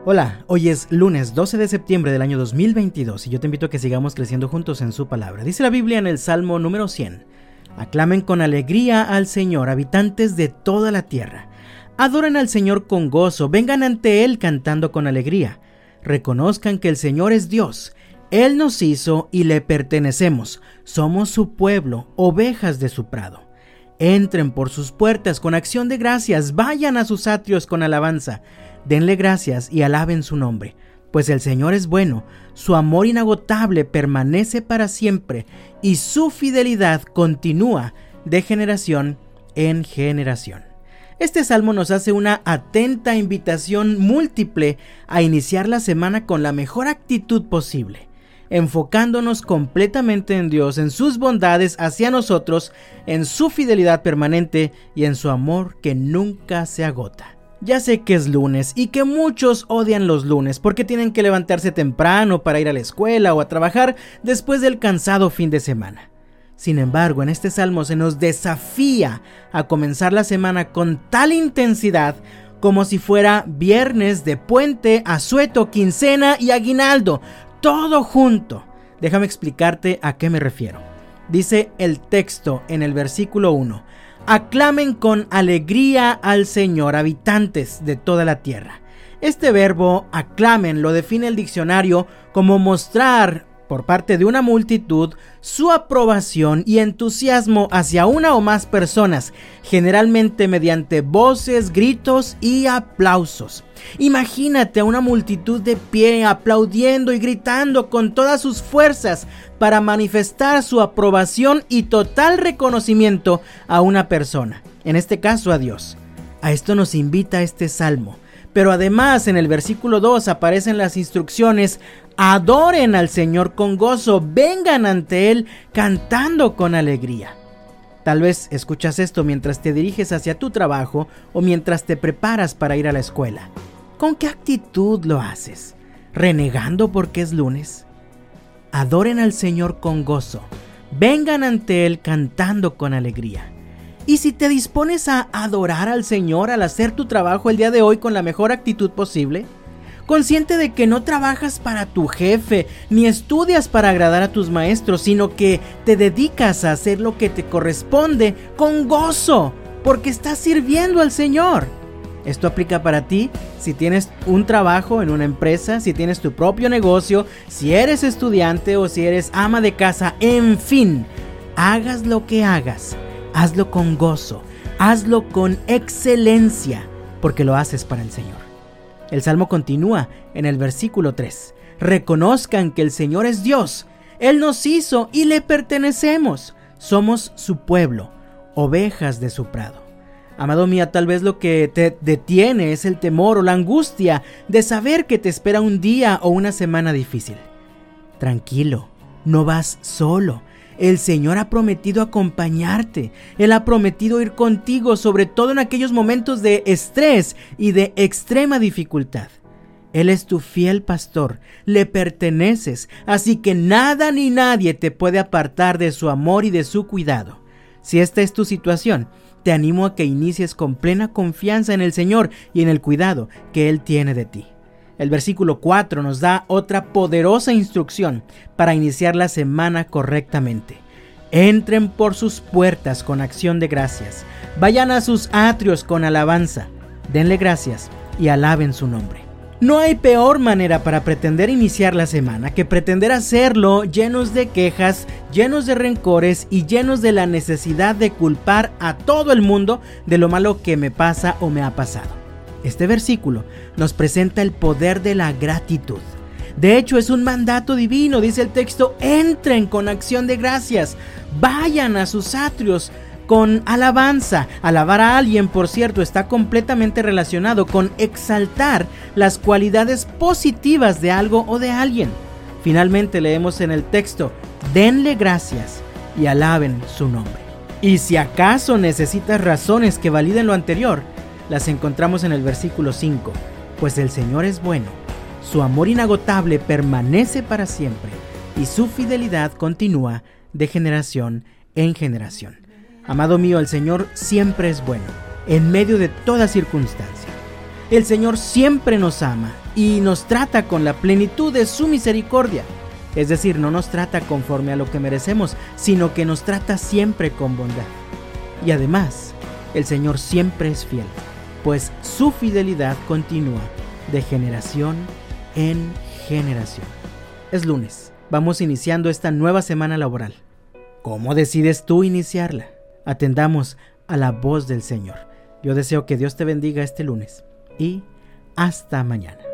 Hola, hoy es lunes 12 de septiembre del año 2022 y yo te invito a que sigamos creciendo juntos en su palabra. Dice la Biblia en el Salmo número 100: aclamen con alegría al Señor, habitantes de toda la tierra. Adoren al Señor con gozo, vengan ante Él cantando con alegría. Reconozcan que el Señor es Dios. Él nos hizo y le pertenecemos. Somos su pueblo, ovejas de su prado. Entren por sus puertas con acción de gracias, vayan a sus atrios con alabanza. Denle gracias y alaben su nombre, pues el Señor es bueno, su amor inagotable permanece para siempre y su fidelidad continúa de generación en generación. Este salmo nos hace una atenta invitación múltiple a iniciar la semana con la mejor actitud posible, enfocándonos completamente en Dios, en sus bondades hacia nosotros, en su fidelidad permanente y en su amor que nunca se agota. Ya sé que es lunes y que muchos odian los lunes porque tienen que levantarse temprano para ir a la escuela o a trabajar después del cansado fin de semana. Sin embargo, en este salmo se nos desafía a comenzar la semana con tal intensidad como si fuera viernes de puente, asueto, quincena y aguinaldo, todo junto. Déjame explicarte a qué me refiero. Dice el texto en el versículo 1: aclamen con alegría al Señor, habitantes de toda la tierra. Este verbo aclamen lo define el diccionario como mostrar por parte de una multitud su aprobación y entusiasmo hacia una o más personas, generalmente mediante voces, gritos y aplausos. Imagínate a una multitud de pie aplaudiendo y gritando con todas sus fuerzas para manifestar su aprobación y total reconocimiento a una persona, en este caso a Dios. A esto nos invita este salmo. Pero además en el versículo 2 aparecen las instrucciones: adoren al Señor con gozo, vengan ante Él cantando con alegría. Tal vez escuchas esto mientras te diriges hacia tu trabajo o mientras te preparas para ir a la escuela. ¿Con qué actitud lo haces? ¿Renegando porque es lunes? Adoren al Señor con gozo, vengan ante Él cantando con alegría. Y si te dispones a adorar al Señor al hacer tu trabajo el día de hoy con la mejor actitud posible, consciente de que no trabajas para tu jefe ni estudias para agradar a tus maestros, sino que te dedicas a hacer lo que te corresponde con gozo, porque estás sirviendo al Señor. Esto aplica para ti si tienes un trabajo en una empresa, si tienes tu propio negocio, si eres estudiante o si eres ama de casa, en fin, hagas lo que hagas. Hazlo con gozo, hazlo con excelencia, porque lo haces para el Señor. El salmo continúa en el versículo 3. Reconozcan que el Señor es Dios. Él nos hizo y le pertenecemos. Somos su pueblo, ovejas de su prado. Amado mío, tal vez lo que te detiene es el temor o la angustia de saber que te espera un día o una semana difícil. Tranquilo, no vas solo. El Señor ha prometido acompañarte. Él ha prometido ir contigo, sobre todo en aquellos momentos de estrés y de extrema dificultad. Él es tu fiel pastor, le perteneces, así que nada ni nadie te puede apartar de su amor y de su cuidado. Si esta es tu situación, te animo a que inicies con plena confianza en el Señor y en el cuidado que Él tiene de ti. El versículo 4 nos da otra poderosa instrucción para iniciar la semana correctamente. Entren por sus puertas con acción de gracias. Vayan a sus atrios con alabanza. Denle gracias y alaben su nombre. No hay peor manera para pretender iniciar la semana que pretender hacerlo llenos de quejas, llenos de rencores y llenos de la necesidad de culpar a todo el mundo de lo malo que me pasa o me ha pasado. Este versículo nos presenta el poder de la gratitud. De hecho, es un mandato divino, dice el texto: entren con acción de gracias, vayan a sus atrios con alabanza. Alabar a alguien, por cierto, está completamente relacionado con exaltar las cualidades positivas de algo o de alguien. Finalmente leemos en el texto: denle gracias y alaben su nombre. Y si acaso necesitas razones que validen lo anterior, las encontramos en el versículo 5. Pues el Señor es bueno, su amor inagotable permanece para siempre y su fidelidad continúa de generación en generación. Amado mío, el Señor siempre es bueno, en medio de toda circunstancia. El Señor siempre nos ama y nos trata con la plenitud de su misericordia. Es decir, no nos trata conforme a lo que merecemos, sino que nos trata siempre con bondad. Y además, el Señor siempre es fiel, pues su fidelidad continúa de generación en generación. Es lunes, vamos iniciando esta nueva semana laboral. ¿Cómo decides tú iniciarla? Atendamos a la voz del Señor. Yo deseo que Dios te bendiga este lunes y hasta mañana.